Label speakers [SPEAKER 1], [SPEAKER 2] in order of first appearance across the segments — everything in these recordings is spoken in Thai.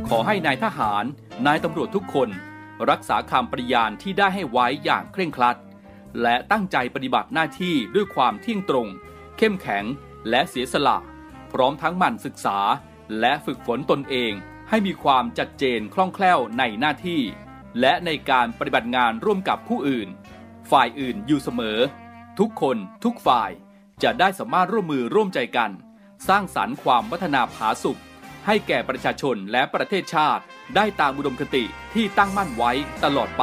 [SPEAKER 1] ขอให้นายทหารนายตำรวจทุกคนรักษาคำปฏิญาณที่ได้ให้ไว้อย่างเคร่งครัดและตั้งใจปฏิบัติหน้าที่ด้วยความเที่ยงตรงเข้มแข็งและเสียสละพร้อมทั้งหมั่นศึกษาและฝึกฝนตนเองให้มีความชัดเจนคล่องแคล่วในหน้าที่และในการปฏิบัติงานร่วมกับผู้อื่นฝ่ายอื่นอยู่เสมอทุกคนทุกฝ่ายจะได้สามารถร่วมมือร่วมใจกันสร้างสรรค์ความพัฒนาผาสุกให้แก่ประชาชนและประเทศชาติได้ตามอุดมคติที่ตั้งมั่นไว้ตลอดไป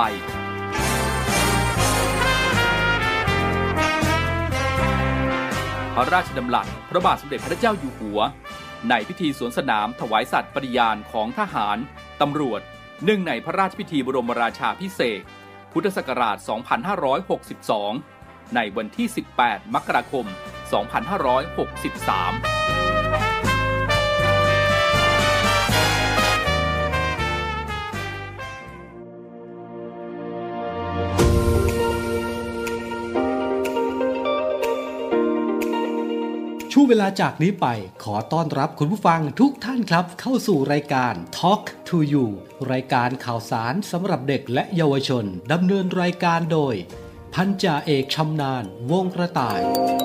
[SPEAKER 1] พระราชดำรัสพระบาทสมเด็จพระเจ้าอยู่หัวในพิธีสวนสนามถวายสัตย์ปฏิญาณของทหารตำรวจเนื่องในพระราชพิธีบรมราชาภิเษกพุทธศักราช 2562 ในวันที่ 18 มกราคม 2563
[SPEAKER 2] ช่วงเวลาจากนี้ไปขอต้อนรับคุณผู้ฟังทุกท่านครับเข้าสู่รายการ Talk to You รายการข่าวสารสำหรับเด็กและเยาวชนดำเนินรายการโดยพันจ่าเอกชำนาญวงกระต่าย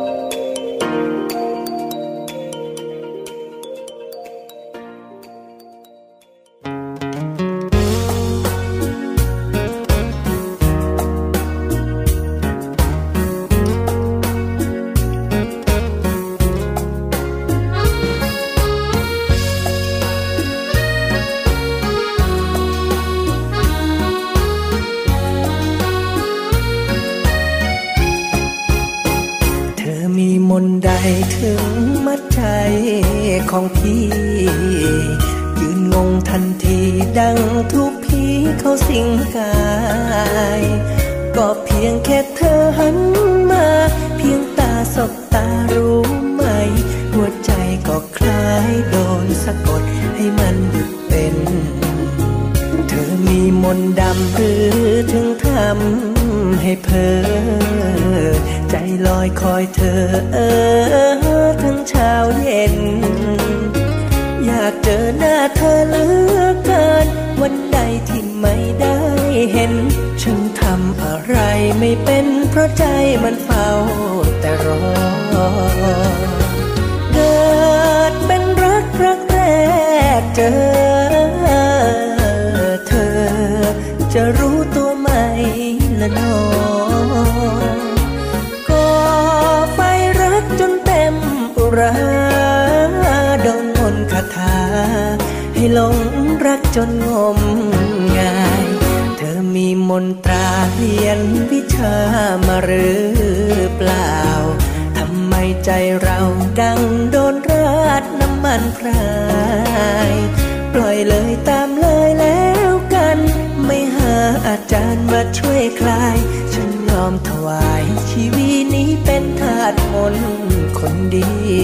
[SPEAKER 3] ถึงมัดใจของพี่ยืนงงทันทีดังทุกผีเขาสิงกายก็เพียงแค่เธอหันมาเพียงตาสบตารู้ไหมหัวใจก็คล้ายโดนสะกดให้มันหยุดเป็นเธอมีมนต์ดำหรือถึงทำให้เพ้อใจลอยคอยเธอทั้งเช้าเย็นอยากเจอหน้าเธอเหลือเกินวันใดที่ไม่ได้เห็นฉันทำอะไรไม่เป็นเพราะใจมันเฝ้าแต่รอเกิดเป็นรักแรกเจอเธอจะรู้ตัวไหมละน้องโดนมนต์คาถาให้หลงรักจนงมงายเธอมีมนตราเรียนวิชามาหรือเปล่าทำไมใจเราดังโดนราดน้ำมันพรายปล่อยเลยตามเลยแล้วกันไม่หาอาจารย์มาช่วยคลายฉันยอมถวายชีวิตนี้เป็นทาสมนต์คนดี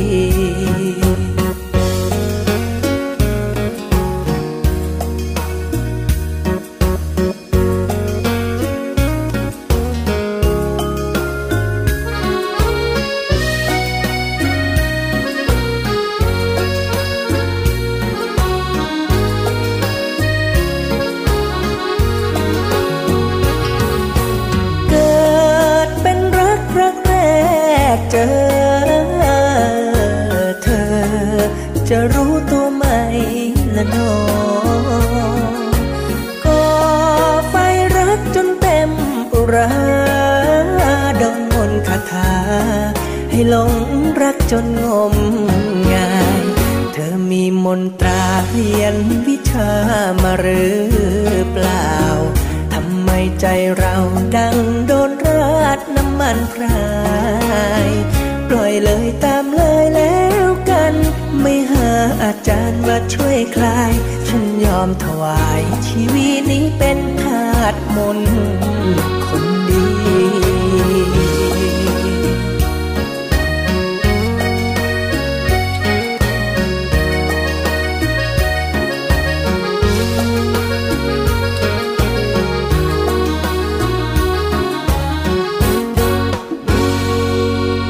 [SPEAKER 3] เจอเธอจะรู้ตัวไหมละน้องก็ไฟรักจนเต็มอุราโดนมนต์คาถาให้หลงรักจนงมงายเธอมีมนตราเรียนวิชามาหรือเปล่าทำไมใจเราดังโดนราดน้ำมันพรายปล่อยเลยตามเลยแล้วกันไม่หาอาจารย์มาช่วยคลายฉันยอมถวายชีวิตนี้เป็นทาสมนต์คนดี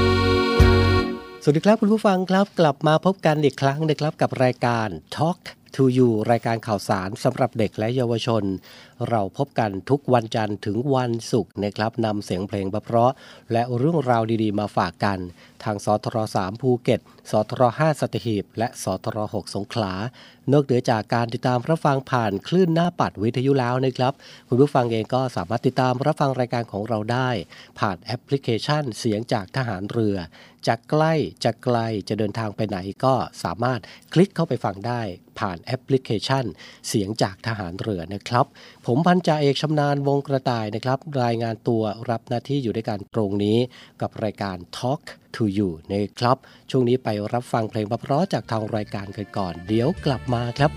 [SPEAKER 3] สวัสดีครับคุณผู้ฟังครับกลับมาพบกันอีกครั้งนะครับกับรายการ Talk
[SPEAKER 2] to You รายการข่าวสารสำหรับเด็กและเยาวชนเราพบกันทุกวันจันทร์ถึงวันศุกร์นะครับนำเสียงเพลงเพราะๆและเรื่องราวดีๆมาฝากกันทางสทร3ภูเก็ตสทร5สัตหีบและสทร6สงขลานอกเหนือจากการติดตามรับฟังผ่านคลื่นหน้าปัดวิทยุแล้วนะครับคุณผู้ฟังเองก็สามารถติดตามรับฟังรายการของเราได้ผ่านแอปพลิเคชันเสียงจากทหารเรือจะใกล้จะไกลจะเดินทางไปไหนก็สามารถคลิกเข้าไปฟังได้ผ่านแอปพลิเคชันเสียงจากทหารเรือนะครับผมพันจ่าเอกชำนาญวงกระต่ายนะครับรายงานตัวรับหน้าที่อยู่ด้วยกันตรงนี้กับรายการ Talk to You นะครับช่วงนี้ไปรับฟังเพลงเพราะๆจากทางรายการกันก่อนเดี๋ยวกลับมาครับ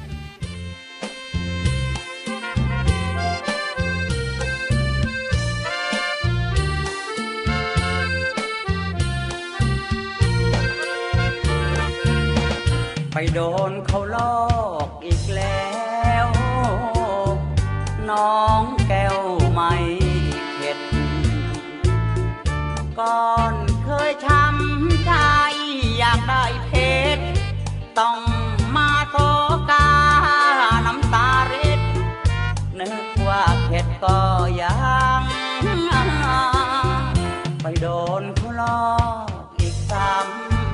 [SPEAKER 4] ไปโดนเขาลอกอีกแล้วน้องแก้วไม่เข็ดก่อนเคยช้ำใจอยากได้เพชรต้องมาโศกาน้ำตาเร็ดนึกว่าเข็ดก็ยังไปโดนเขาลอกอีกซ้ำ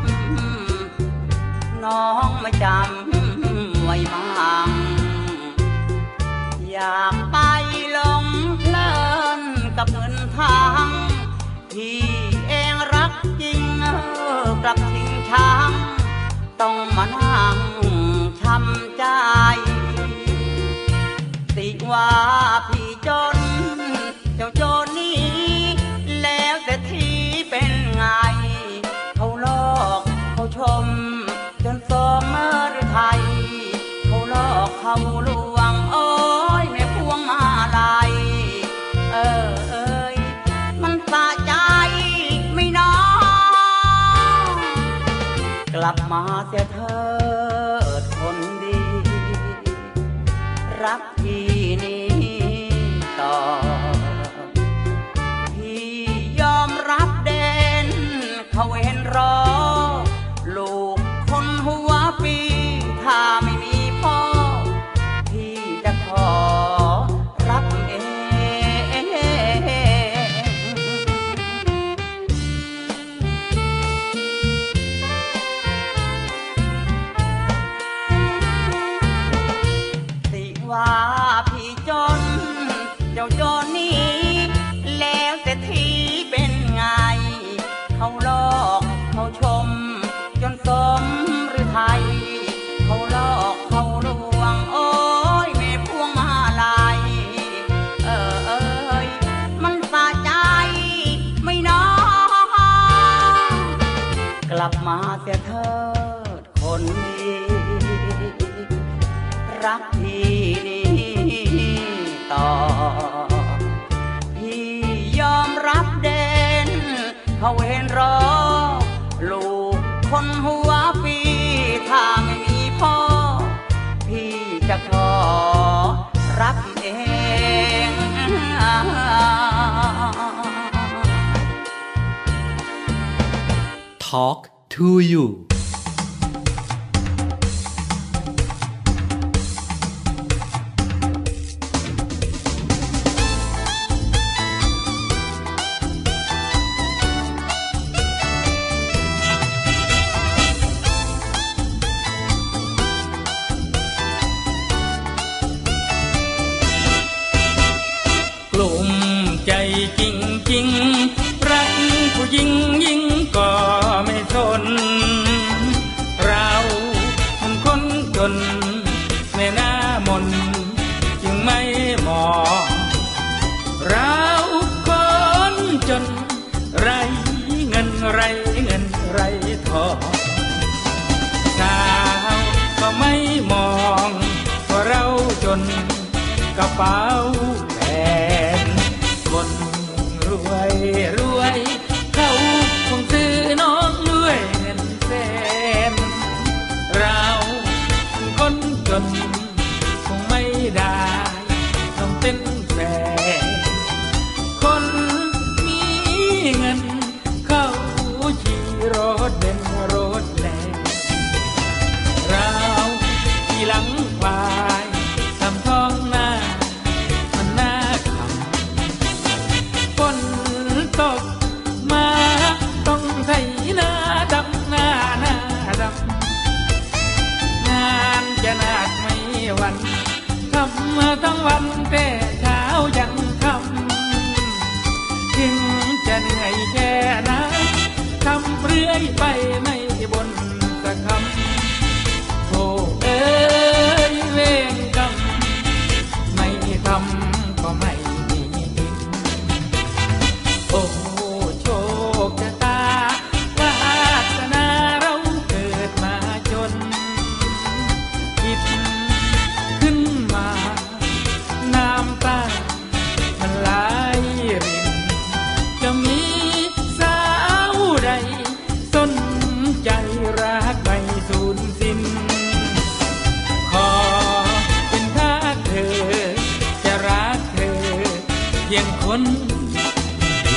[SPEAKER 4] น้องไม่จำไว้มั่งอยากไปหลงเพลินกับเงินทางที่เองรักจริงกลับทิ้งช้างต้องมานั่งช้ำใจติว่าพี่จนเจ้าโจรนี้แล้วแต่ที่เป็นไงเขาลอกเขาชมจนสมฤทัยเขาลอกเขาลวงโอ้ยแม่พวงมาลัยมันสะใจไม่น้องกลับมาเสียเถิดคนดีรักพี่นี้ต่อพี่ยอมรับเด่นเขาเห็นรอลูกคนหัวปีถ้าไม่มีพ่อพี่จะขอรับเองสิว่าพี่จนเจ้าโจรนี้แล้วแต่ที่เป็นไงเขาลอกเขาชมจนสมฤทัยเขาลอกเขาลวงโอ้ยแม่พวงมาลัยมันสะใจไม่น้องกลับมาเสียเถิดคนดีรักพี่นี้ต่อพี่ยอมรับเด่นเขาเห็นรอลูกคนหัวปีถ้าไม่มีพ่อพี่จะขอรับเอง
[SPEAKER 2] Talk to You
[SPEAKER 5] กลุ่มใจจริงๆรักผู้หญิงยิ่งก็ไม่ทนเรามันคนจนในหน้ามนจึงไม่มองเราคนจนไรเงินไรทองสาวก็ไม่มองว่าเราจนกระเป๋าคนรวยเขาคงซื้อน้องด้วยเงินแสนเราคนจนคงไม่ได้ต้องเป็นแฟนคนมีเงินเขาขี่รถเบนซ์รถแลเราที่หลังพคนดี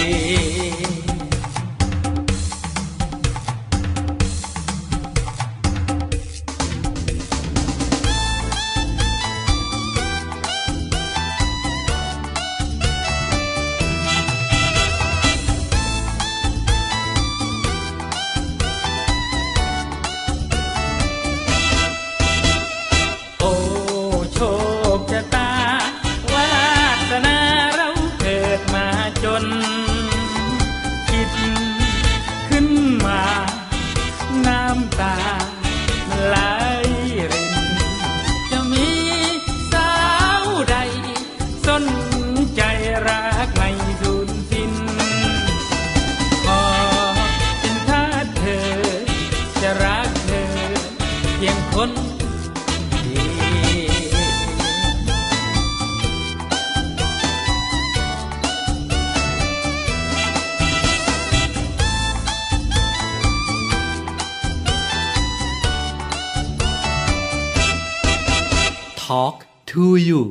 [SPEAKER 2] Talk to you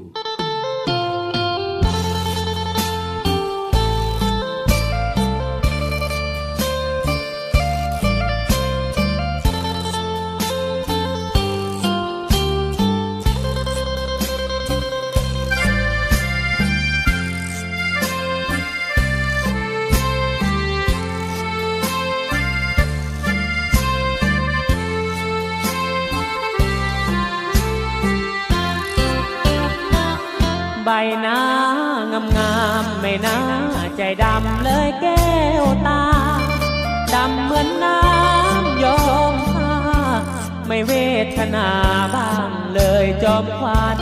[SPEAKER 6] ใบหน้างามๆไม่น่าใจดำเลยแก้วตาดำเหมือนน้ำยอมผ้าไม่เวทนาบ้างเลยจอมขวัญ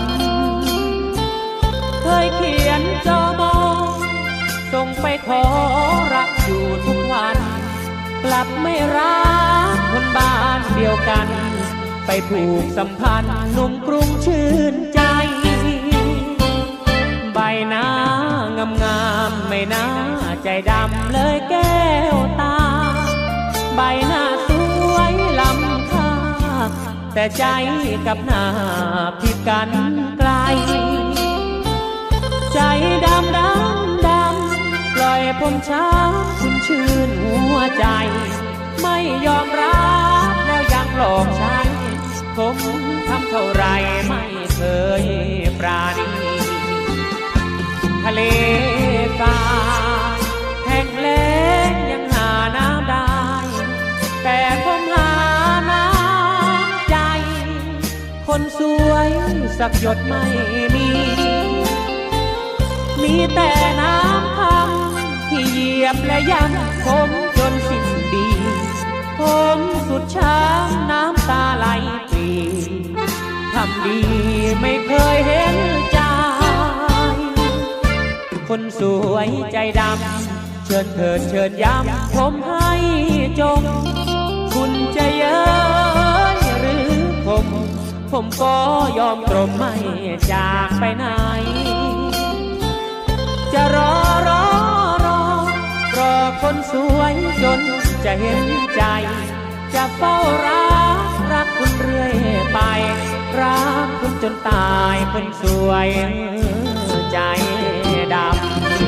[SPEAKER 6] เคยเขียนจอมองส่งไปขอรักอยู่ทุกวันกลับไม่รักคนบ้านเดียวกันไปผูกสัมพันธ์หนุ่มกรุงชื่นใจใบหน้างามๆไม่น่าใจดำเลยแก้วตาใบหน้าสวยล้ำค่าแต่ใจกับหน้าผิดกันไกลใจดำปล่อยผมช้ำคุณชื่นหัวใจไม่ยอมรับแล้วยังหลอกฉันผมทำเท่าไรไม่เคยปราณีทะเลทรายแห้งแล้งยังหาน้ำได้แต่ผมหาน้ำใจคนสวยสักหยดไม่มีแต่น้ำพังที่เหยียบและย้ำผมจนสิ้นดีผมสุดช้ำน้ำตาไหลปรีทำดีไม่เคยเห็นใจคนสวยใจดำเชิญเถิดเชิญย้ำผมให้จงคุณจะเย้ยหรือผมก็ยอมตรงไม่จากไปไหนจะรอคนสวยจนจะเห็นใจจะเฝ้ารักคุณเรื่อยไปรักคุณจนตายคนสวยใจดำ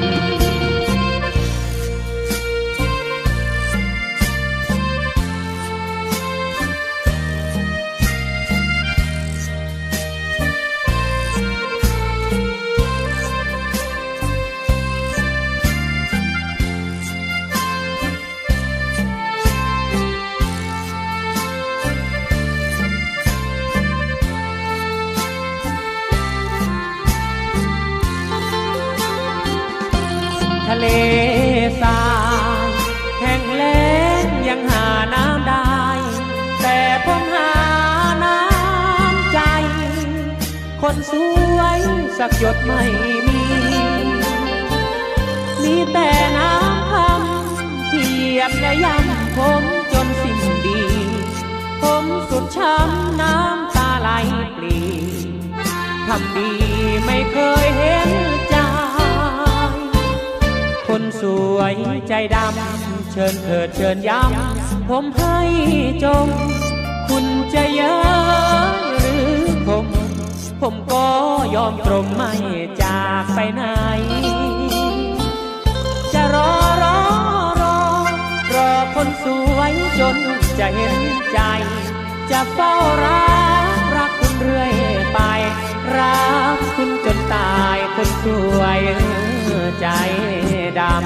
[SPEAKER 6] ทะเลทรายแห้งแล้งยังหาน้ำได้แต่ผมหาน้ำใจคนสวยสักหยดไม่มีแต่น้ำพังที่เหยียบและย้ำผมจนสิ้นดีผมสุดช้ำน้ำตาไหลปรีทำดีไม่เคยเห็นใจคนสวยใจดำเชิญเถิดเชิญย้ำผมให้จงคุณจะเย้ยหรือผมก็ยอมตรงไม่จากไปไหนจะเฝ้ารักคุณเรื่อยไปรักคุณจนตายคนสวยใจดำ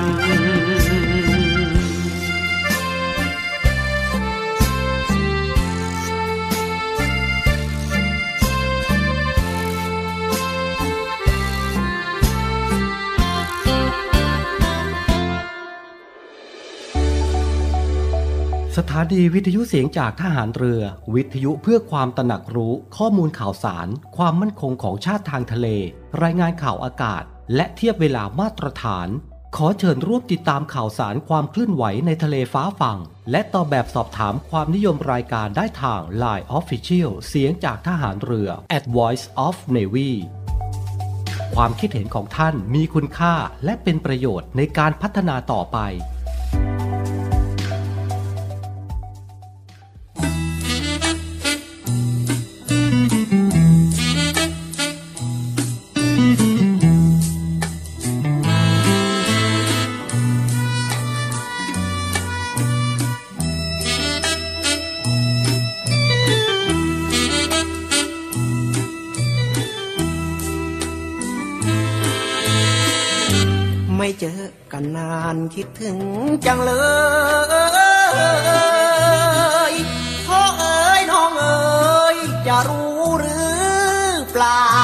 [SPEAKER 2] สถานีวิทยุเสียงจากทหารเรือวิทยุเพื่อความตระหนักรู้ข้อมูลข่าวสารความมั่นคงของชาติทางทะเลรายงานข่าวอากาศและเทียบเวลามาตรฐานขอเชิญร่วมติดตามข่าวสารความเคลื่อนไหวในทะเลฟ้าฝั่งและตอบแบบสอบถามความนิยมรายการได้ทาง Line Official เสียงจากทหารเรือ @Voice of Navy ความคิดเห็นของท่านมีคุณค่าและเป็นประโยชน์ในการพัฒนาต่อไป
[SPEAKER 3] ไม่เจอกันนานคิดถึงจังเลย พ่อเอ๋ยน้องเอ๋ยจะรู้หรือเปล่า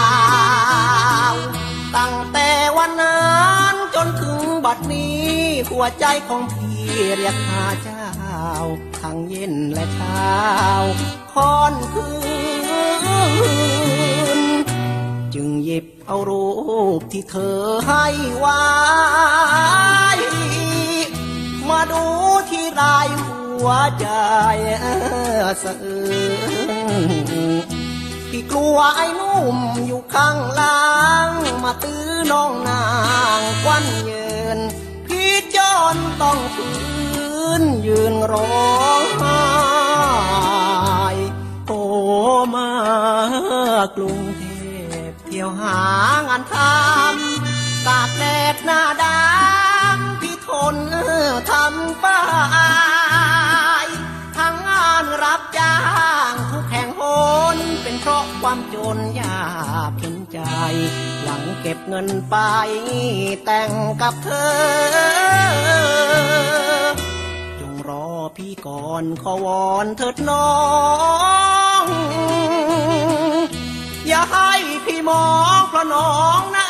[SPEAKER 3] ตั้งแต่วันนั้นจนถึงบัดนี้หัวใจของพี่เรียกหาเจ้าทั้งเย็นและเช้าค่อนคืนจึงหยิบเอารูปที่เธอให้ไว้มาดูที่รายหัวใจสะอื้นพี่กลัวไอ้นุ่มอยู่ข้างหลังมาตื้อน้องนางควันเยินพี่จนต้องฝืนยืนร้องไห้โอ้มากรุงเทพเที่ยวหางานทำตากแดดหน้าดำพี่ทนทำป้ายทั้งงานรับจ้างทุกแห่งหนเป็นเพราะความจนยากเข็นใจหวังเก็บเงินไปแต่งกับเธอจงรอพี่ก่อนขอวอนเถิดน้องอย่าให้พี่มองเพราะน้องนะ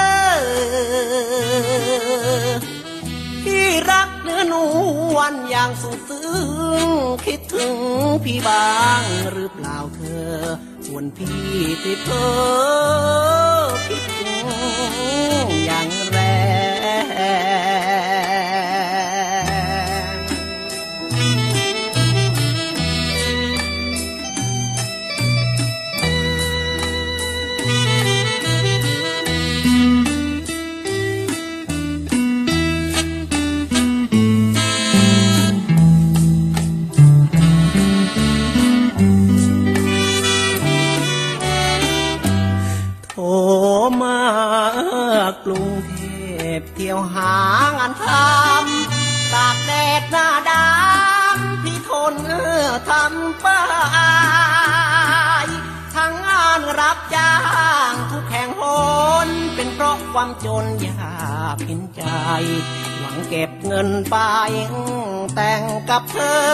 [SPEAKER 3] พี่รักเนื้อนวลอย่างสุดซึ้งคิดถึงพี่บ้างหรือเปล่าเธอชวนพี่ติดเธอคิดถึงอย่างแกรุงเทพเที่ยวหางานทำตากแดดหน้าดำพี่ทนทำป้ายทั้งงานรับจ้างทุกแห่งหนเป็นเพราะความจนยากเห็นใจหวังเก็บเงินไปแต่งกับเธอ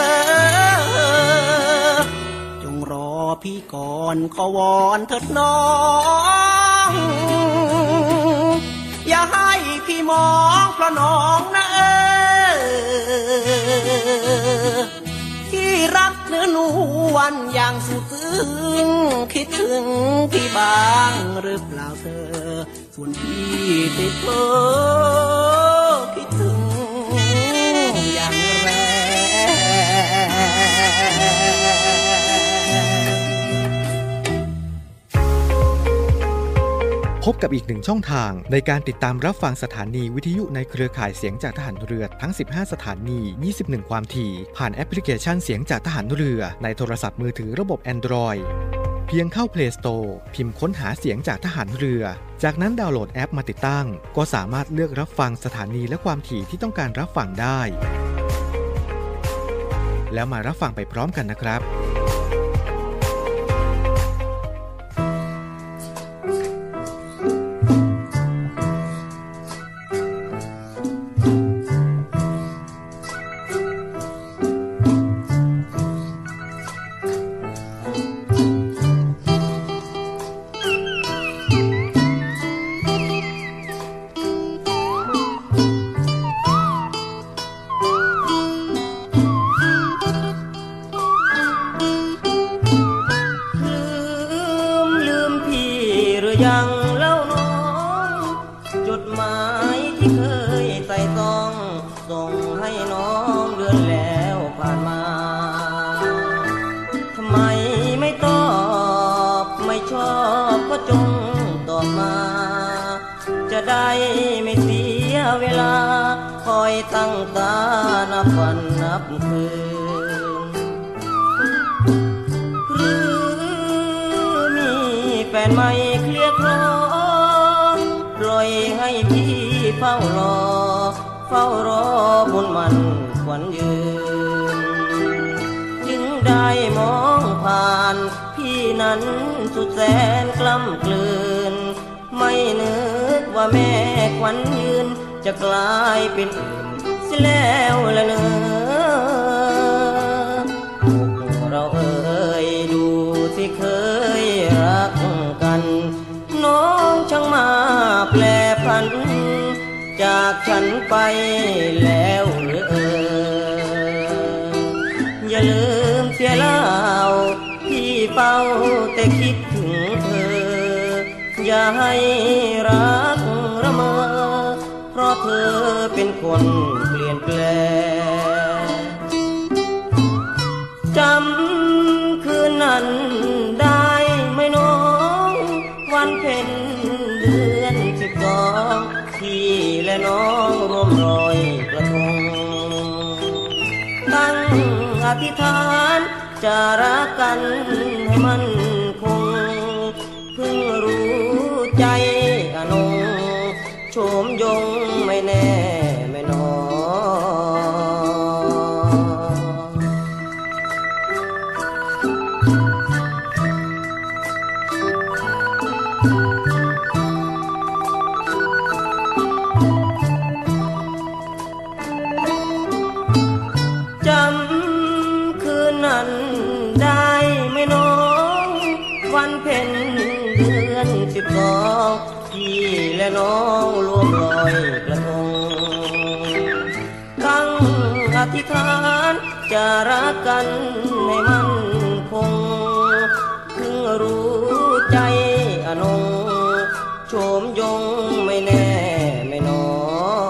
[SPEAKER 3] จงรอพี่ก่อนขอวอนเถิดน้องอย่าให้พี่มองเพราะน้องนะที่รักเนื้อนวลอย่างสุดซึ้งคิดถึงพี่บ้างหรือเปล่าเธอส่วนพี่ติดเธอคิดถึงอย่างแรง
[SPEAKER 7] พบกับอีกหนึ่งช่องทางในการติดตามรับฟังสถานีวิทยุในเครือข่ายเสียงจากทหารเรือทั้ง15สถานี 21 ความถี่ผ่านแอปพลิเคชันเสียงจากทหารเรือในโทรศัพท์มือถือระบบ Android เพียงเข้า Play Store พิมพ์ค้นหาเสียงจากทหารเรือจากนั้นดาวน์โหลดแอปมาติดตั้งก็สามารถเลือกรับฟังสถานีและความถี่ที่ต้องการรับฟังได้แล้วมารับฟังไปพร้อมกันนะครับ
[SPEAKER 8] ยังเล่าน้องจดหมายที่เคยใส่ซองส่งให้น้องเดือนแล้วผ่านมาทำไมไม่ตอบไม่ชอบก็จงตอบมาจะได้ไม่เสียเวลาคอยตั้งตานับวันนับคืนหรือมีแฟนใหม่เคลียร์คลอปล่อยให้พี่เฝ้ารอบนมันขวัญยืนจึงได้มองผ่านพี่นั้นสุดแสนกล้ำกลืนไม่นึกว่าแม่ขวัญยืนจะกลายเป็นอื่นเสียแล้วละเนอเราเอ่ยดูสิเคยรักกันน้องช่างมาแปรผันจากฉันไปแล้วหรืออย่าลืมเสียแล้วพี่เฝ้าแต่คิดถึงเธออย่าให้รักระเมอเพราะเธอเป็นคนเปลี่ยนแปลงจำคืนนั้นได้ไหมน้องวันเพ็ญเดือน12พี่และน้องร่วมรอยกระทงตั้งอธิษฐานจะรักกันให้มันคงเพิ่งรู้ใจอนงโฉมยงไม่แน่ไม่นอนจำคืนนั้นได้ไหมน้องวันเพ็ญเดือน12พี่และน้องร่วมรอยกระทงตั้งอธิษฐานจะรักกันให้มันคงเพิ่งรู้ใจอนงโฉมยงไม่แน่ไม่นอน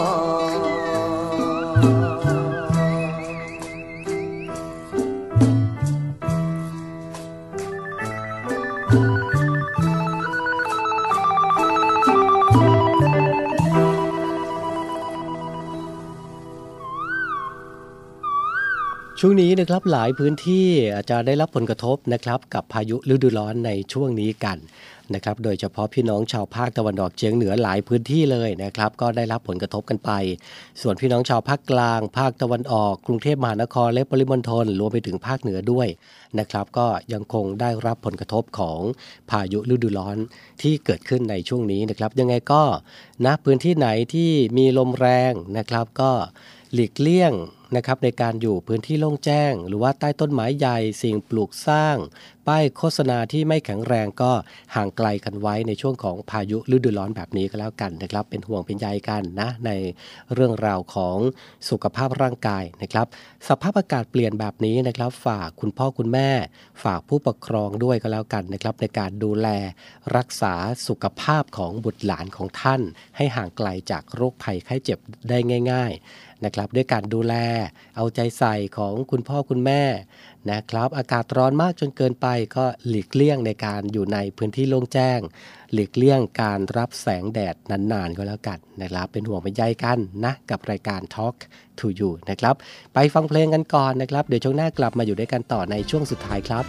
[SPEAKER 2] ช่วงนี้นะครับหลายพื้นที่อาจจะได้รับผลกระทบนะครับกับพายุฤดูร้อนในช่วงนี้กันนะครับโดยเฉพาะพี่น้องชาวภาคตะวันออกเฉียงเหนือหลายพื้นที่เลยนะครับก็ได้รับผลกระทบกันไปส่วนพี่น้องชาวภาคกลางภาคตะวันออกกรุงเทพมหานครและปริมณฑลรวมไปถึงภาคเหนือด้วยนะครับก็ยังคงได้รับผลกระทบของพายุฤดูร้อนที่เกิดขึ้นในช่วงนี้นะครับยังไงก็ณพื้นที่ไหนที่มีลมแรงนะครับก็หลีกเลี่ยงนะครับในการอยู่พื้นที่โล่งแจ้งหรือว่าใต้ต้นไม้ใหญ่สิ่งปลูกสร้างป้ายโฆษณาที่ไม่แข็งแรงก็ห่างไกลกันไว้ในช่วงของพายุฤดูร้อนแบบนี้ก็แล้วกันนะครับเป็นห่วงเป็นใยกันนะในเรื่องราวของสุขภาพร่างกายนะครับสภาพอากาศเปลี่ยนแบบนี้นะครับฝากคุณพ่อคุณแม่ฝากผู้ปกครองด้วยก็แล้วกันนะครับในการดูแลรักษาสุขภาพของบุตรหลานของท่านให้ห่างไกลจากโรคภัยไข้เจ็บได้ง่ายๆนะครับด้วยการดูแลเอาใจใส่ของคุณพ่อคุณแม่นะครับอากาศร้อนมากจนเกินไปก็หลีกเลี่ยงในการอยู่ในพื้นที่โล่งแจ้งหลีกเลี่ยงการรับแสงแดดนานๆก็แล้วกันนะครับเป็นห่วงเป็นใยกันนะกับรายการ Talk to You นะครับไปฟังเพลงกันก่อนนะครับเดี๋ยวช่วงหน้ากลับมาอยู่ด้วยกันต่อในช่วงสุดท้ายครับ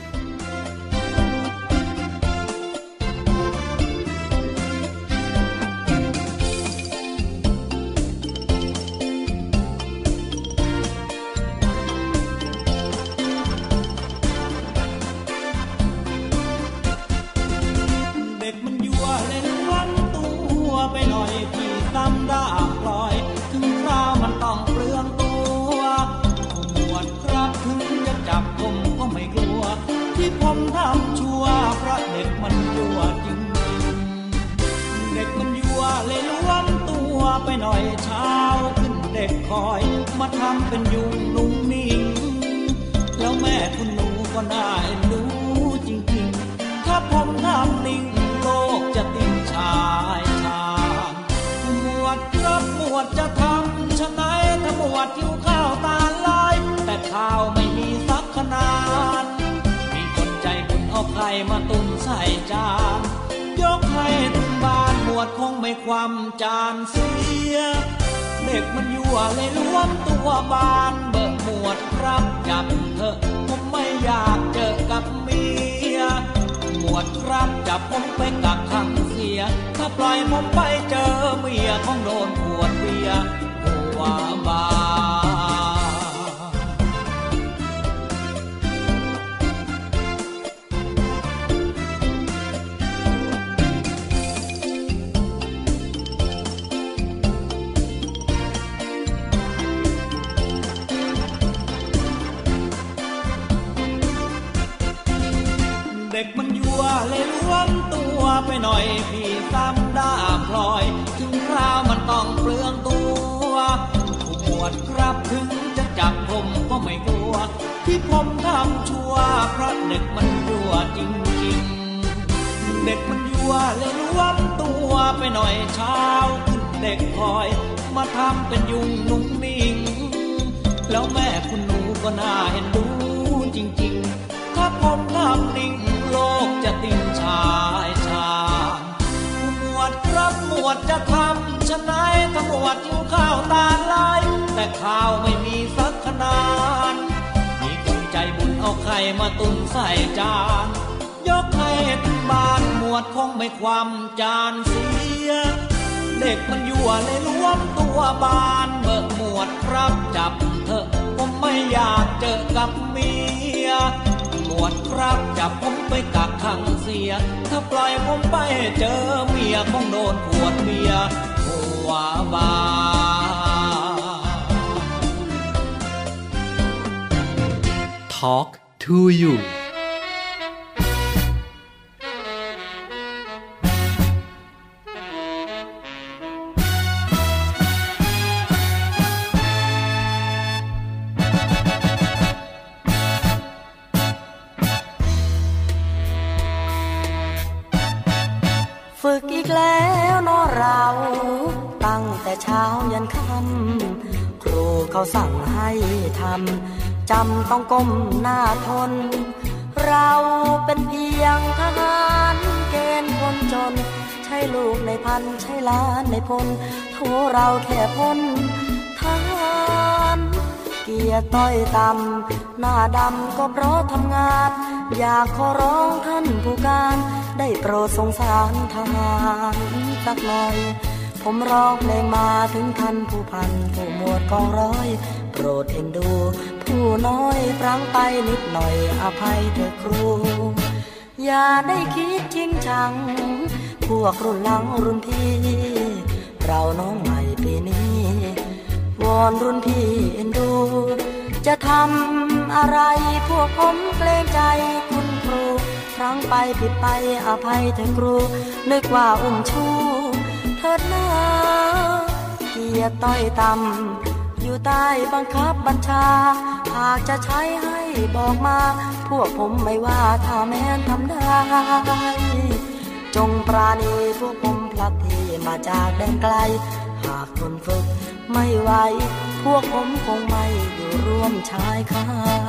[SPEAKER 9] มาทำเป็นยุงนุ่งนิ่งแล้วแม่คุณหนูก็น่าเอ็นดูจริงๆถ้าผมทำนิ่งโลกจะติ่งข่มาตุนใส่จานยกให้ถึงบ้านหมวดคงไม่ความจานเสียเด็กมันยั่วเลยล้วนตัวบานเบิกหมวดครับจับเถอะผมไม่อยากเจอกับเมียหมวดครับจับผมไปกักขังเสียถ้าปล่อยผมไปเจอเมียคงโดนขวดเบียร์หัวบาเด็กมันยั่วเลยล้วนตัวไปหน่อยพี่ซ้ำด้าพลอยถึงคราวมันต้องเปลืองตัวผู้หมวดครับถึงจะจับผมก็ไม่กลัวที่ผมทำชั่วเพราะเด็กมันยั่วจริงๆเด็กมันยั่วเลยล้วนตัวไปหน่อยเช้าขึ้นเด็กคอยมาทำเป็นยุ่งนุ่งนิ่งแล้วแม่คุณหนูก็น่าเห็นดูจริงๆถ้าผมทำนิ่งโลกจะติ่งชายชาญผู้หมวดครับหมวดจะทำชะไหนถ้าหมวดหิวข้าวตาลายแต่ข้าวไม่มีสักขนาดมีคนใจบุญเอาไข่มาตุนใส่จานยกให้ถึงบ้านหมวดคงไม่ความจานเสียเด็กมันยั่วเลยล้วนตัวบานเบิกหมวดครับจับเถอะผมไม่อยากเจอกับเมียหมวดครับจับผมไปกักขังเสียถ้าปล่อยผมไปเจอเมียคงโดนขวดเบียร์หัวบา
[SPEAKER 2] Talk to you
[SPEAKER 3] ฝึกอีกแล้วเนาะเราตั้งแต่เช้ายันค่ำครูเขาสั่งให้ทำจำต้องก้มหน้าทนเราเป็นเพียงทหารเกณฑ์คนจนใช่ลูกในพันใช่ล้านในพลโทเราแค่พ้นทหารเกียรติต้อยต่ำหน้าดำก็เพราะทำงานอยากขอร้องท่านผู้การได้โปรดสงสารทหารสักหน่อยผมร้องเพลงมาถึงท่านผู้พันผู้หมวดกองร้อยโปรดเอ็นดูผู้น้อยพลั้งไปนิดหน่อยอภัยเถิดครูอย่าได้คิดจริงจังพวกรุ่นหลังรุ่นพี่เราน้องใหม่ปีนี้วอนรุ่นพี่เอ็นดูจะทำอะไรพวกผมเกรงใจคุณครูครั้งไปผิดไปอภัยเถิดครูนึกว่าอุ้มชูเถิดหน้าเกียรติต้อยต่ำอยู่ใต้บังคับบัญชาหากจะใช้ให้บอกมาพวกผมไม่ว่าถ้าแม้นทำได้จงปราณีพวกผมพลัดที่มาจากแดนไกลหากทนฝึกไม่ไหวพวกผมคงไม่อยู่ร่วมชายคา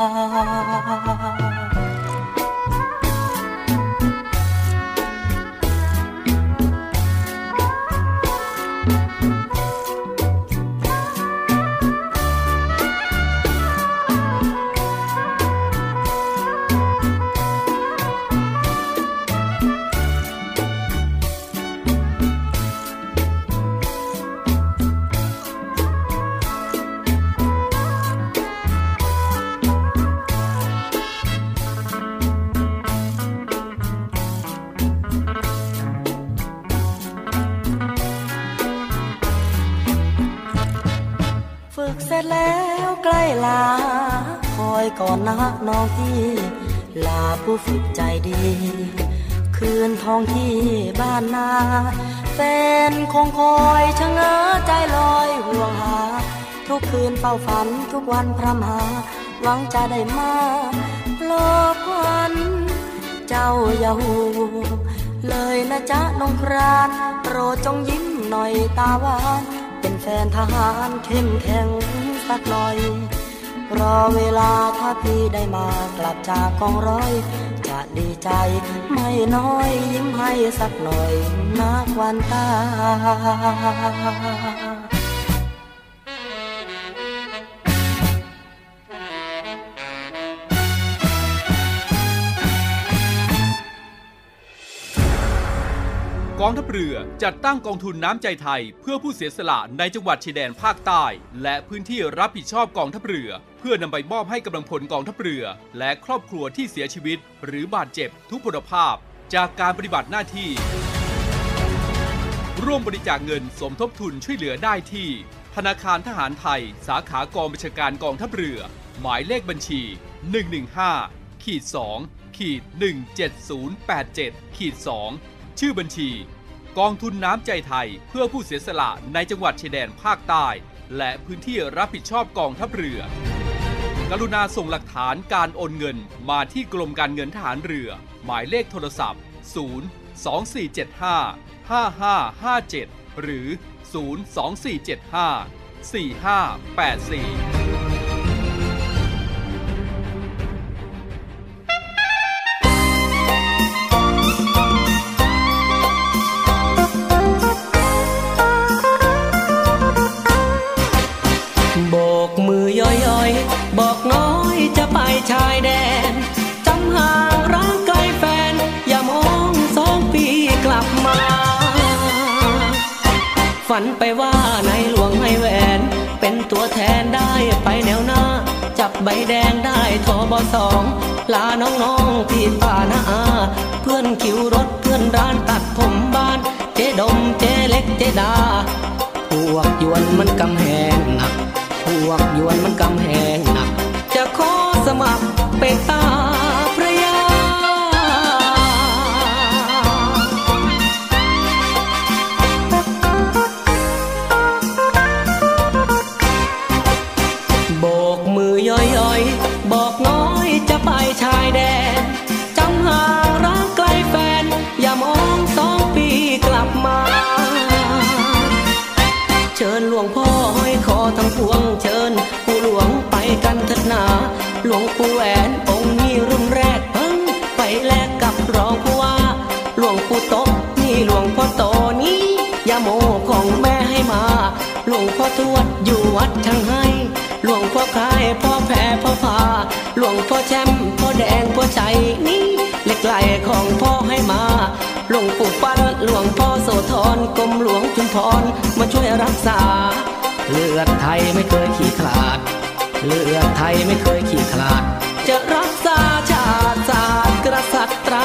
[SPEAKER 3] เสร็จแล้วใกล้ลาคอยก่อนนะน้องพี่ลาผู้ฝึกใจดีคืนท้องที่บ้านนาแฟนคงคอยชะเง้อใจลอยห่วงหาทุกคืนเฝ้าฝันทุกวันพร่ำหาหวังจะได้มาโลกวันเจ้าอย่าหูเลยนะจ๊ะน้องครานโปรดจงยิ้มหน่อยตาหวานเป็นแฟนทหารเข้มแข็งสักหน่อยรอเวลาถ้าพี่ได้มากลับจากกองร้อยใจจะดีใจไม่น้อยยิ้มให้สักหน่อยนะควันตา
[SPEAKER 1] กองทัพเรือจัดตั้งกองทุนน้ำใจไทยเพื่อผู้เสียสละในจังหวัดชายแดนภาคใต้และพื้นที่รับผิดชอบกองทัพเรือเพื่อนำไปมอบให้กำลังพลกองทัพเรือและครอบครัวที่เสียชีวิตหรือบาดเจ็บทุกพลภาพจากการปฏิบัติหน้าที่ร่วมบริจาคเงินสมทบทุนช่วยเหลือได้ที่ธนาคารทหารไทยสาขากองบัญชาการกองทัพเรือหมายเลขบัญชี 115-2-17087-2ชื่อบัญชีกองทุนน้ำใจไทยเพื่อผู้เสียสละในจังหวัดชายแดนภาคใต้และพื้นที่รับผิดชอบกองทัพเรือกรุณาส่งหลักฐานการโอนเงินมาที่กรมการเงินทหารเรือหมายเลขโทรศัพท์024755557หรือ024754584
[SPEAKER 3] โบกมือย่อยๆบอกน้อยจะไปชายแดนจำห่างรักไกลแฟนอย่ามอง2 ปีกลับมาฝันไปว่าในหลวงให้แหวนเป็นตัวแทนได้ไปแนวหน้าจับใบแดงได้ทบ2ลาน้องๆพี่ป้าน้าอาเพื่อนคิวรถเพื่อนร้านตัดผมบ้านเจ๊ดมเจ๊เล็กเจ๊ดาพวกยวนมันกำแหงหนักพวกยวนมันกำแหงหนักจะขอสมัครเป็นตาพระยาโบกมือย่อยๆบอกน้อยจะไปชายแดนจำห่างรักไกลแฟนอย่ามอง2 ปีกลับมาเชิญหลวงพ่อห้อยคอทั้งพวงเชิญผู้หลวงไปกันเถิดหนาหลวงปู่แหวนองค์นี้รุ่นแรกเพิ่งไปแลกกับรองผู้ว่าหลวงปู่โตนี่หลวงพ่อโตนี้ยาโมของแม่ให้มาหลวงพ่อทวดอยู่วัดช่างให้หลวงพ่อคายพ่อแพรพ่อพาหลวงพ่อแชมป์พ่อแดงพ่อใจนี่เหล็กไหลของพ่อให้มาหลวงปู่ปั้นหลวงพ่อโสธรกรมหลวงชุมพรมาช่วยรักษาเลือดไทยไม่เคยขี้ขลาดเลือดไทยไม่เคยขี้ขลาดจะรักษาชาติศาสตร์กษัตริย์ตรา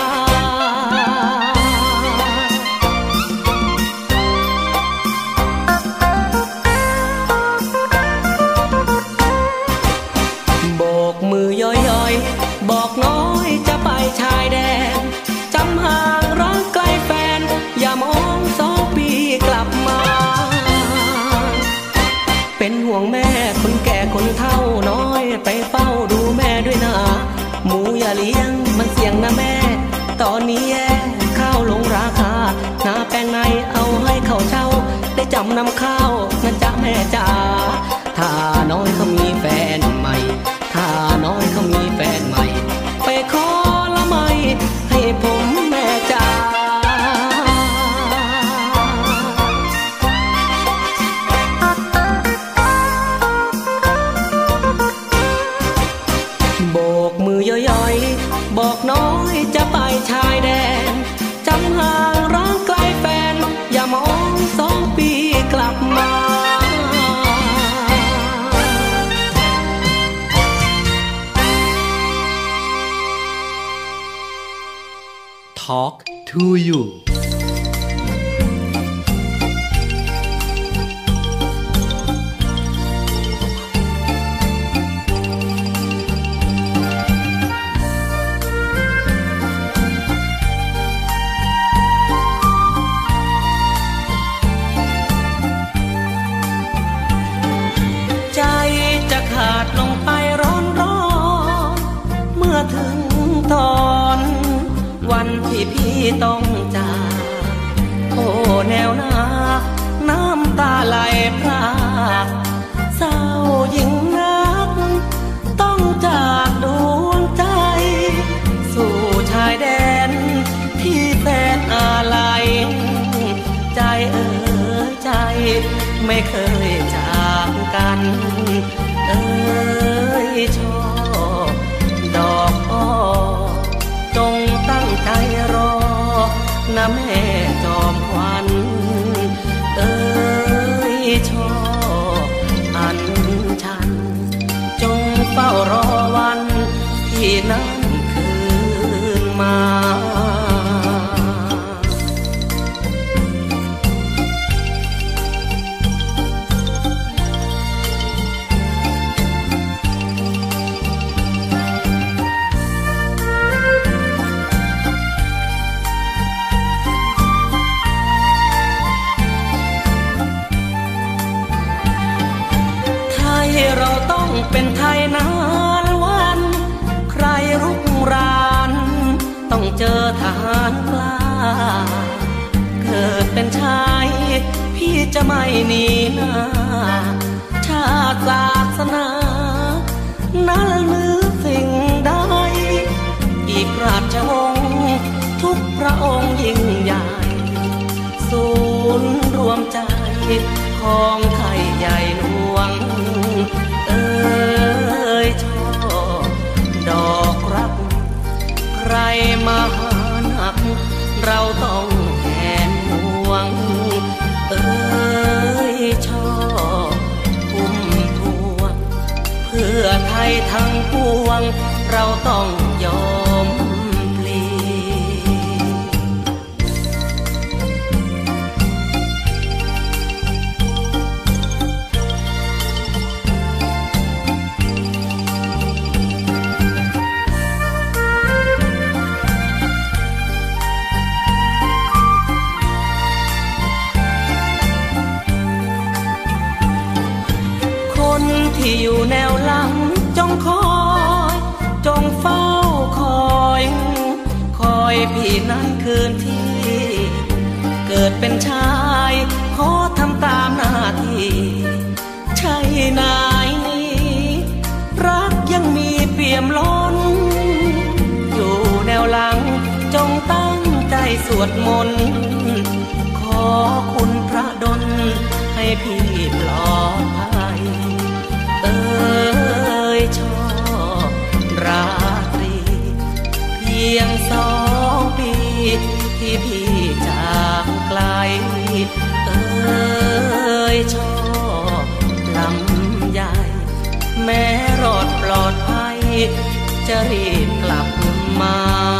[SPEAKER 3] โบกมือย่อยๆบอกน้อยจะไปชายแดนจำห่างรักไกลแฟนอย่ามอง2 ปีกลับมาเป็นห่วงแม่คนแก่คนเฒ่าน้อยไปเฝ้าดูแม่ด้วยนะหมูอย่าเลี้ยงมันเสี่ยงนะแม่ตอนนี้แย่ข้าวลงราคาหน้าแป้งในเอาให้เขาเช่าได้จำนำข้าวนะจ๊ะแม่จ๋าถ้าน้อยเขามีแฟนใหม่ถ้าน้อยเขามีแฟนใหม่ไปขอละไมให้ผมแม่จ๋าโบกมือย่อยๆบอกน้อยจะไปชายแดนจำห่างรักไกลแฟนอย่ามอง2 ปีกลับมา
[SPEAKER 2] Talk to you
[SPEAKER 3] ใจจะขาดลงไปร้อนๆเมื่อถึงตอนวันที่พี่ต้องจากโอ้แนวหน้าน้ำตาไหลพรากเศร้ายิ่งนักต้องจากดวงใจสู่ชาไม่เคยจากกันเอ้ยช่อดอกอ้อจงตั้งใจรอนะแม่จอมขวัญเอ้ยช่ออันชันจงเฝ้ารอวันที่นั้นคืนมาเราต้องเป็นไทยนานวันใครรุกรานต้องเจอทหารกล้าเกิดเป็นชายพี่จะไม่หนีหน้าชาติศาสนานั้นมือสิ่งใดอีกราชวงศ์ทุกพระองค์ยิ่งใหญ่ศูนย์รวมใจของไทยใหญ่หลวงเอ้ยช่อดอกรักใครมาหาหนักเราต้องแหนห่วงเอ้ยช่อพุ่มพวงเพื่อไทยทั้งปวงเราต้องยอมพลีที่อยู่แนวหลังจงคอยจงเฝ้าคอยพี่นั้นคืนที่เกิดเป็นชายขอทำตามหน้าที่ใช่นายนี้รักยังมีเปี่ยมล้นอยู่แนวหลังจงตั้งใจสวดมนต์ขอคุณพระดลให้พี่ปลอดภัยเอ้ยช่อราตรีเพียง2 ปีที่พี่จากไกลเอ้ยช่อลำใหญ่แม้รอดปลอดภัยจะรีบกลับมา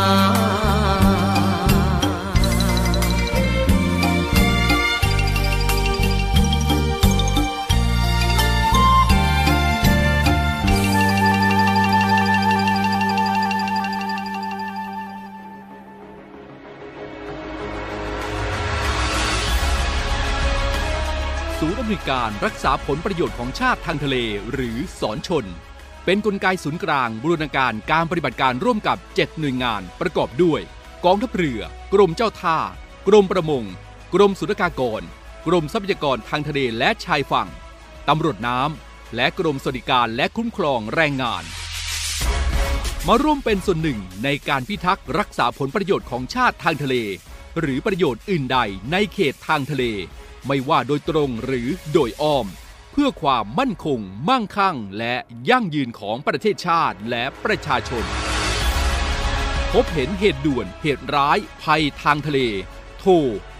[SPEAKER 1] ศูนย์อำนวยการรักษาผลประโยชน์ของชาติทางทะเลหรือศรชนเป็นกลไกศูนย์กลางบูรณาการการปฏิบัติการร่วมกับ7หน่วยงานประกอบด้วยกองทัพเรือกรมเจ้าท่ากรมประมงกรมศุลกากรกรมทรัพยากรทางทะเลและชายฝั่งตำรวจน้ำและกรมสวัสดิการและคุ้มครองแรงงานมาร่วมเป็นส่วนหนึ่งในการพิทักษ์รักษาผลประโยชน์ของชาติทางทะเลหรือประโยชน์อื่นใดในเขตทางทะเลไม่ว่าโดยตรงหรือโดยอ้อมเพื่อความมั่นคงมั่งคั่งและยั่งยืนของประเทศชาติและประชาชนพบเห็นเหตุด่วนเหตุร้ายภัยทางทะเลโทร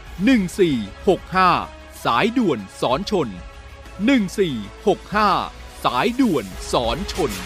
[SPEAKER 1] 1465สายด่วนสอนชน1465สายด่วนสอนชน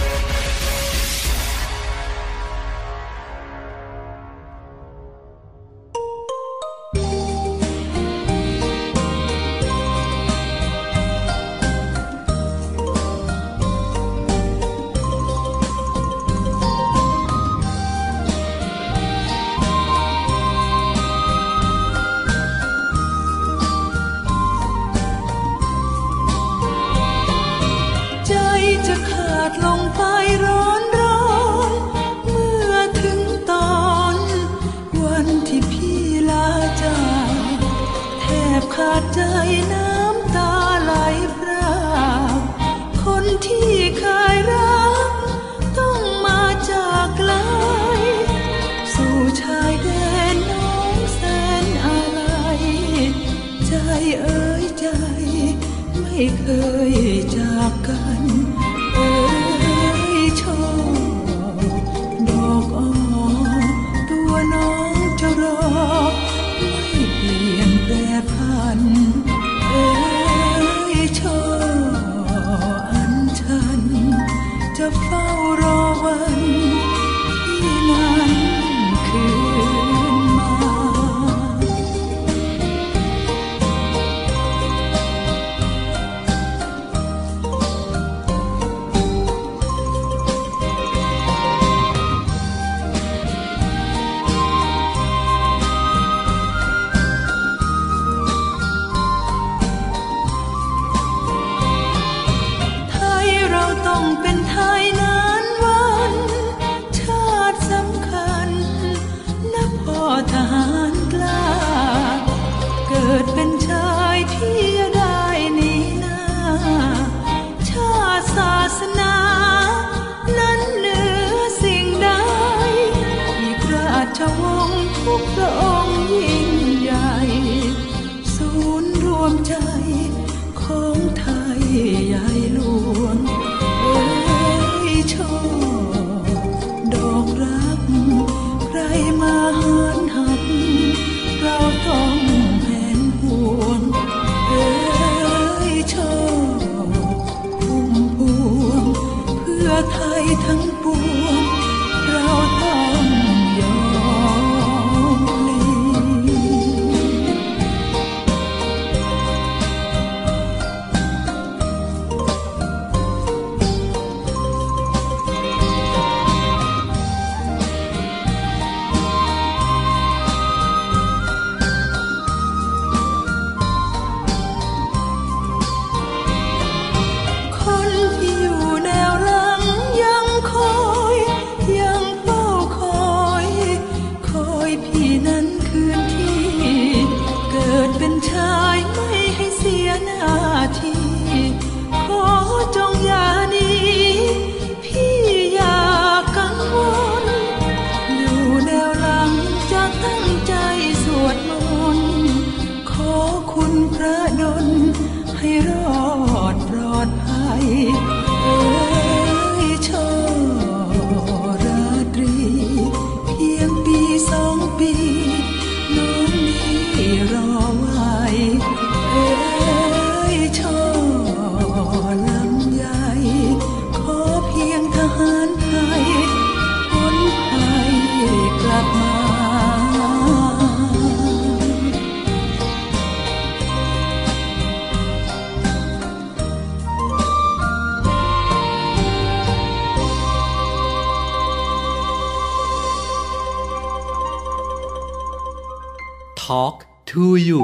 [SPEAKER 10] ขาดใจน้ำตาไหลพรากคนที่เคยรักต้องมาจากไกลสู่ชายแดนน้องแสนอะไรใจเอ่ยใจเคยจากกันเอ้ยช่อดอกอ้อตัวน้องจะรอไม่เปลี่ยนแปรพันเอ้ยช่ออันฉันจะเฝ้ารอวันที่นั้นคืนมาต้องเป็นไทยนานวันชาติสำคัญนับพ่อทหารกล้าเกิดเป็นชายที่ได้หนีหน้าชาติศาสนานั้นเหนือสิ่งใดอีกราชวงศ์ทุกพระองค์ยิ่งใหญ่ศูนย์รวมใจของไทยใหญ่หลวงช่อดอกรักใครมาหันหักเราต้องแผนห่วงเอ้ยช่อพุ่มพวงเพื่อไทยทั้งปวงเราต้องยอมพลี
[SPEAKER 2] Talk to you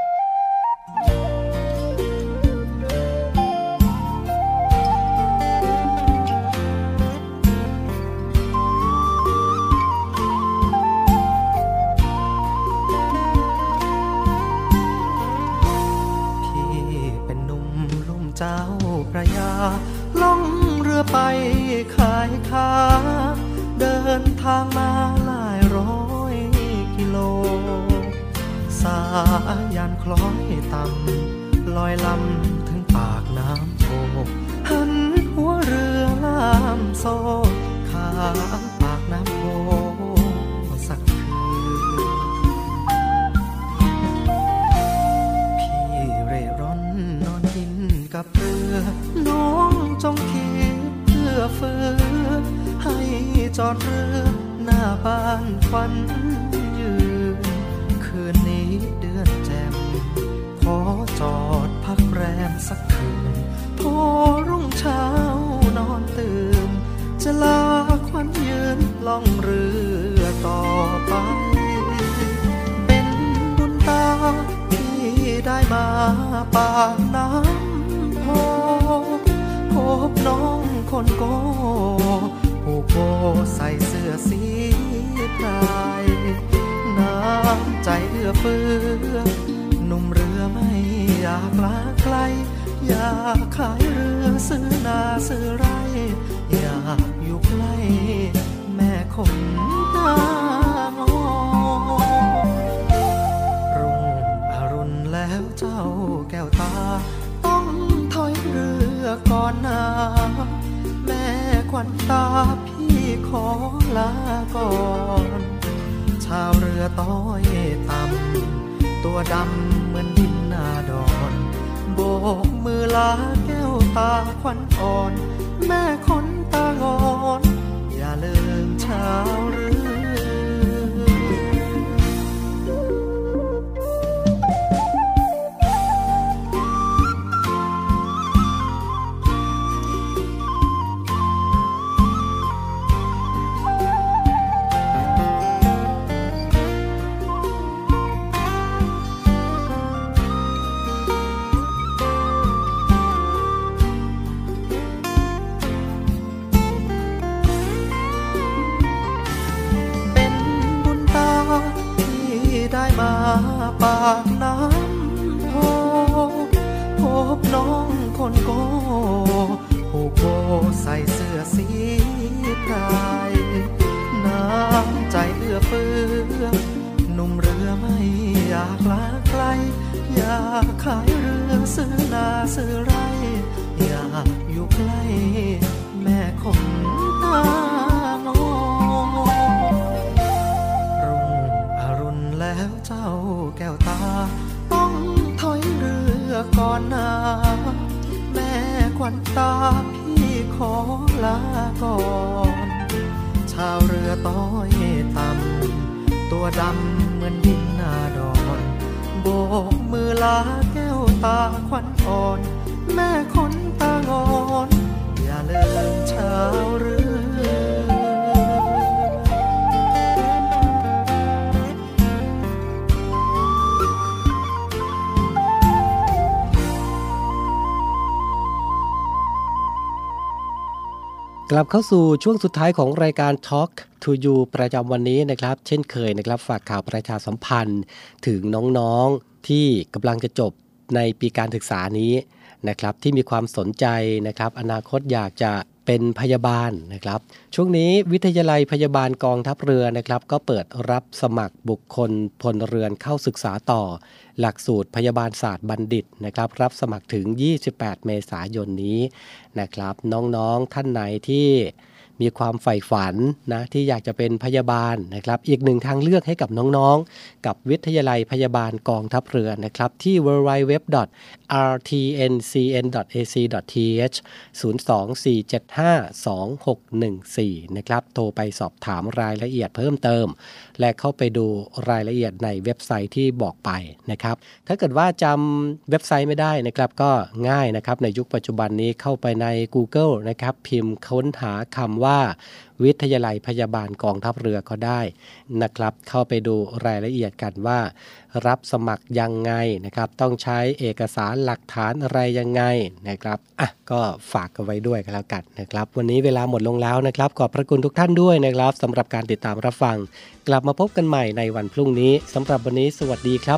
[SPEAKER 11] เจ้าพระยาล่องเรือไปขายค้าเดินทางมาหลายร้อยกิโลสายันคล้อยต่ำลอยลำถึงปากน้ำโพหันหัวเรือล่ามโซ่ข้ามปากน้ำโพสักคืนพี่เร่ร่อนนอนกินกับเรือน้องจงคิดเพื่อฟื้นให้จอดเรือหน้าบ้านควันยืนคืนนี้เดือนแจ่มขอจอดพักแรมสักคืนพอรุ่งเช้านอนตื่นจะลาควันยืนล่องเรือต่อไปเป็นบุญตาที่ได้มาปากน้ำพบน้องคนโกผู้โกใส่เสื้อสีไพรน้ำใจเอื้อเฟื้อหนุ่มเรือไม่อยากลาไกลอยากขายเรือซื้อนาซื้อไร่อยากอยู่ใกล้แม่คนตางอรุ่งอรุณแล้วเจ้าแก้วตาต้องทเรือก่อนหน้าแม่ควันตาพี่ขอลาก่อนชาวเรือต้อยต่ำตัวดำเหมือนดินนาดอนโบกมือลาแก้วตาควันอ่อนแม่คนตางอนอย่าลืมชาวเรือได้มาปากน้ำโพพบน้องคนโกผูกโบใส่เสื้อสีพรายน้ำใจเอื้อเฟื้อหนุ่มเรือไม่อยากลาไกลอยากขายเรือซื้อนาซื้อไร่อยากอยู่ใกล้แม่คนตางอแล้วเจ้าแก้วตาต้องถอยเรือก่อนนาแม่ควันตาพี่ขอลาก่อนชาวเรือต้อยต่ำตัวดำเหมือนดินนาดอนโบกมือลาแก้วตาควันอ่อนแม่คนตางอนอย่าลืมชาวเรื
[SPEAKER 2] อกลับเข้าสู่ช่วงสุดท้ายของรายการ Talk to You ประจำวันนี้นะครับเช่นเคยนะครับฝากข่าวประชาสัมพันธ์ถึงน้องๆที่กำลังจะจบในปีการศึกษานี้นะครับที่มีความสนใจนะครับอนาคตอยากจะเป็นพยาบาลนะครับช่วงนี้วิทยาลัยพยาบาลกองทัพเรือนะครับก็เปิดรับสมัครบุคคลพลเรือนเข้าศึกษาต่อหลักสูตรพยาบาลศาสตร์บัณฑิตนะครับรับสมัครถึง28เมษายนนี้นะครับน้องๆท่านไหนที่มีความใฝ่ฝันนะที่อยากจะเป็นพยาบาลนะครับอีกหนึ่งทางเลือกให้กับน้องๆกับวิทยาลัยพยาบาลกองทัพเรือนะครับที่ www.rtncn.ac.th 024752614นะครับโทรไปสอบถามรายละเอียดเพิ่มเติมและเข้าไปดูรายละเอียดในเว็บไซต์ที่บอกไปนะครับถ้าเกิดว่าจำเว็บไซต์ไม่ได้นะครับก็ง่ายนะครับในยุคปัจจุบันนี้เข้าไปใน Google นะครับพิมพ์ค้นหาคำว่าวิทยาลัยพยาบาลกองทัพเรือก็ได้นะครับเข้าไปดูรายละเอียดกันว่ารับสมัครยังไงนะครับต้องใช้เอกสารหลักฐานอะไรยังไงนะครับก็ฝากกันไว้ด้วยกันแล้วกันนะครับวันนี้เวลาหมดลงแล้วนะครับขอบพระคุณทุกท่านด้วยนะครับสำหรับการติดตามรับฟังกลับมาพบกันใหม่ในวันพรุ่งนี้สำหรับวันนี้สวัสดีครับ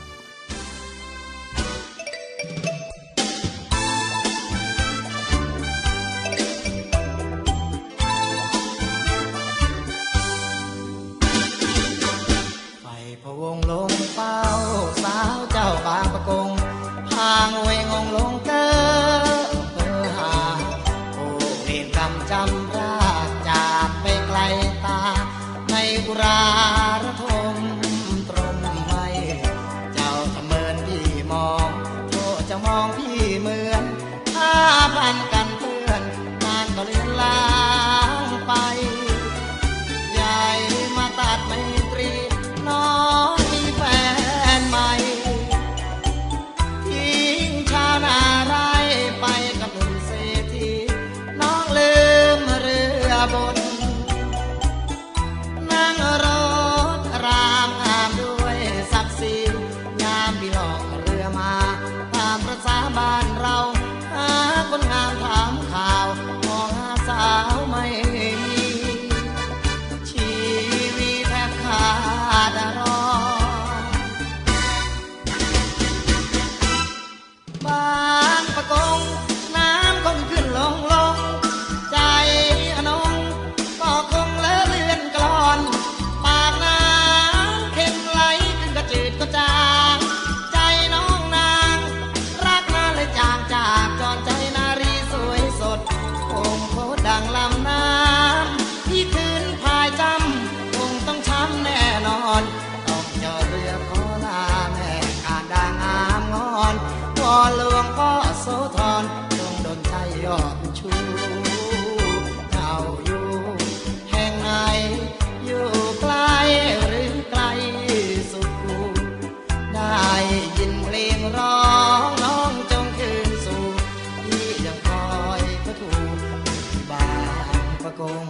[SPEAKER 4] จางใจน้องนางรักนานเลยจาง
[SPEAKER 12] วอนหลวงพ่อโสธรจงดลใจยอดชูเจ้าอยู่แห่งไหนอยู่ไกลหรือไกลสุดกูได้ยินเพลงร้องน้องจงคืนสู่ที่ยังคอยพระถูกบางประกง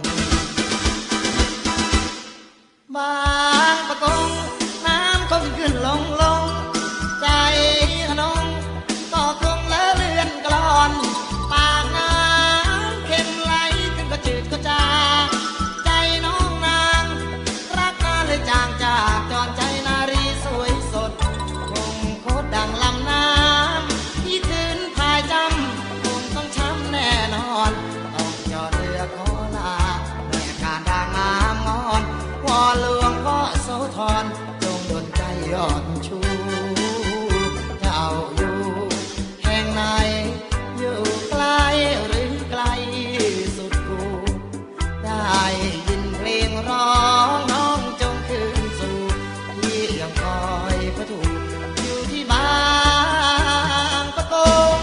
[SPEAKER 12] บางประกงน้ำคงขึ้นลงใจอนงก็คงเลอะเลือนกลอนปากน้ำเค็มไหลขึ้นก็จืดก็จางใจน้องนางรักมาเลยจางจากจอนใจนารีสวยสดคงโคตรดังลำน้ำที่คืนพายจำคงต้องช้ำแน่นอนต้องจอดเรือขอลาแม่การด่างงามงอนวอนหลวงพ่อโสธรจงดลใจยอดชูเจ้าอยู่แห่งไหนอยู่ไกลหรือไกลสุดกูได้ยินเพลงร้องน้องจงคืนสู่ที่ยังคอยพระถูกอยู่ที่บางประกง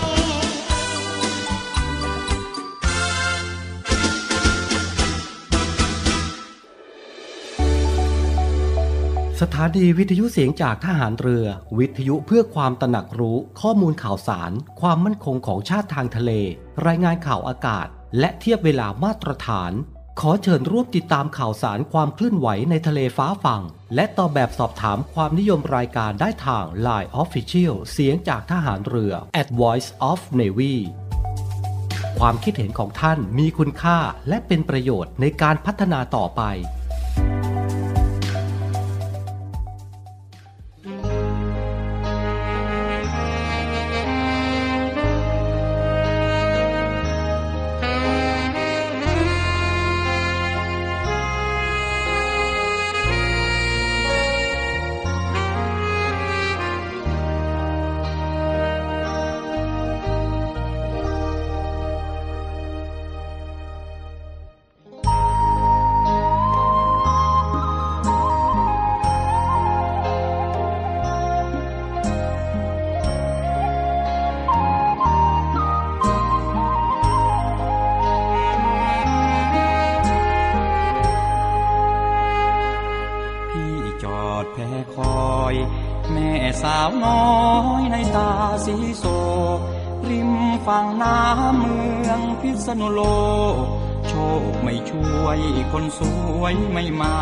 [SPEAKER 2] สถานีวิทยุเสียงจากทหารเรือวิทยุเพื่อความตระหนักรู้ข้อมูลข่าวสารความมั่นคงของชาติทางทะเลรายงานข่าวอากาศและเทียบเวลามาตรฐานขอเชิญร่วมติดตามข่าวสารความเคลื่อนไหวในทะเลฟ้าฝั่งและตอบแบบสอบถามความนิยมรายการได้ทาง Line Official เสียงจากทหารเรือ @Voice of Navy ความคิดเห็นของท่านมีคุณค่าและเป็นประโยชน์ในการพัฒนาต่อไป
[SPEAKER 5] สาวน้อยในตาสีโศกริมฝั่งน้ำเมืองพิษณุโลกโชคไม่ช่วยคนสวยไม่มา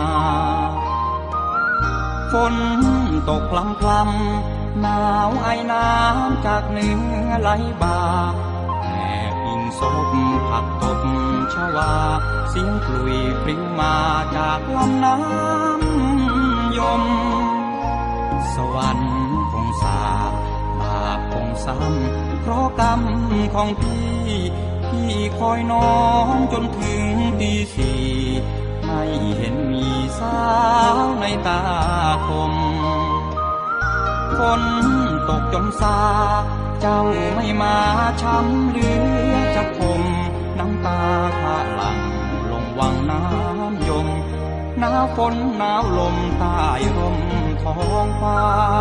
[SPEAKER 5] ฝนตกพลำหนาวไอน้ำจากเหนือไหลบ่าแอบอิงศพผักตบชวาเสียงกลุยปลิวมาจากลำน้ำยมสวรรค์คงสาบาปคงซ้ำเพราะกรรมของพี่คอยน้องจนถึงตีสี่ไม่เห็นมีสาวในตาคมฝนตกจนซาเจ้าไม่มาช้ำเหลือจะคมน้ำตาข้าหลั่งลงวังน้ำยมหนาวฝนหนาวลมใต้ร่มท้องฟ้า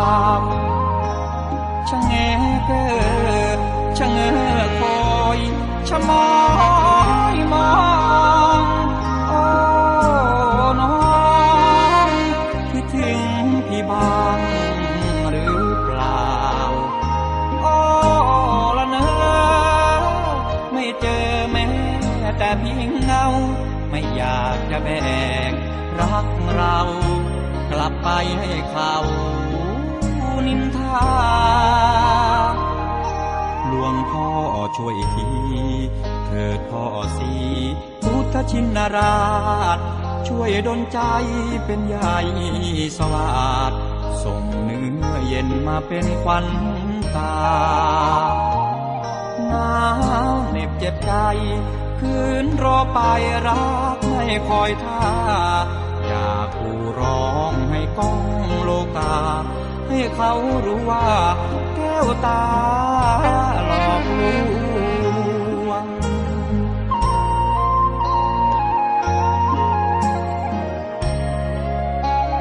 [SPEAKER 5] ชะแงเก้อชะเง้อคอยชะมอยมองโอ้น้องคิดถึงพี่บ้างหรือเปล่าโอ้ละเนอไม่เจอแม้แต่เพียงเงาไม่อยากจะแบ่งรักเรากลับไปให้เขานินทาหลวงพ่อช่วยทีเถิดพ่อสีพุทธชินราชช่วยดลใจเป็นใหญ่สวาสส่งเนื้อเย็นมาเป็นควันตาหนาวเหน็บเจ็บใจคืนรอไปรักไม่คอยท่าอยากกูร้องให้ก้องโลกาให้เขารู้ว่าแก้วตาหลอกลวง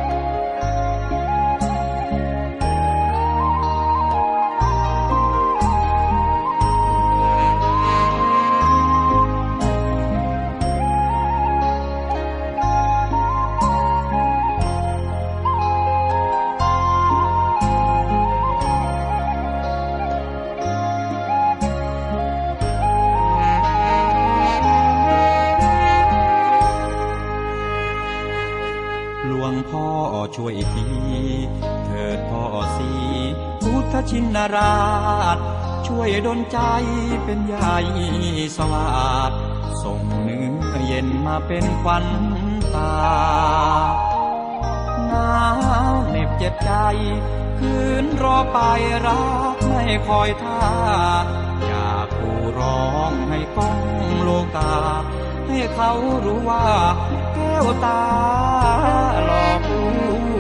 [SPEAKER 12] พ
[SPEAKER 9] ชินราชช่วยดลใจเป็นใหญ่สวาดส่งเนื้อเย็นมาเป็นควันตาหนาวเหน็บเจ็บใจคืนรอไปรักไม่คอยท่าอยากกูร้องให้ก้องโลกาให้เขารู้ว่าแก้วตาหลอกลวง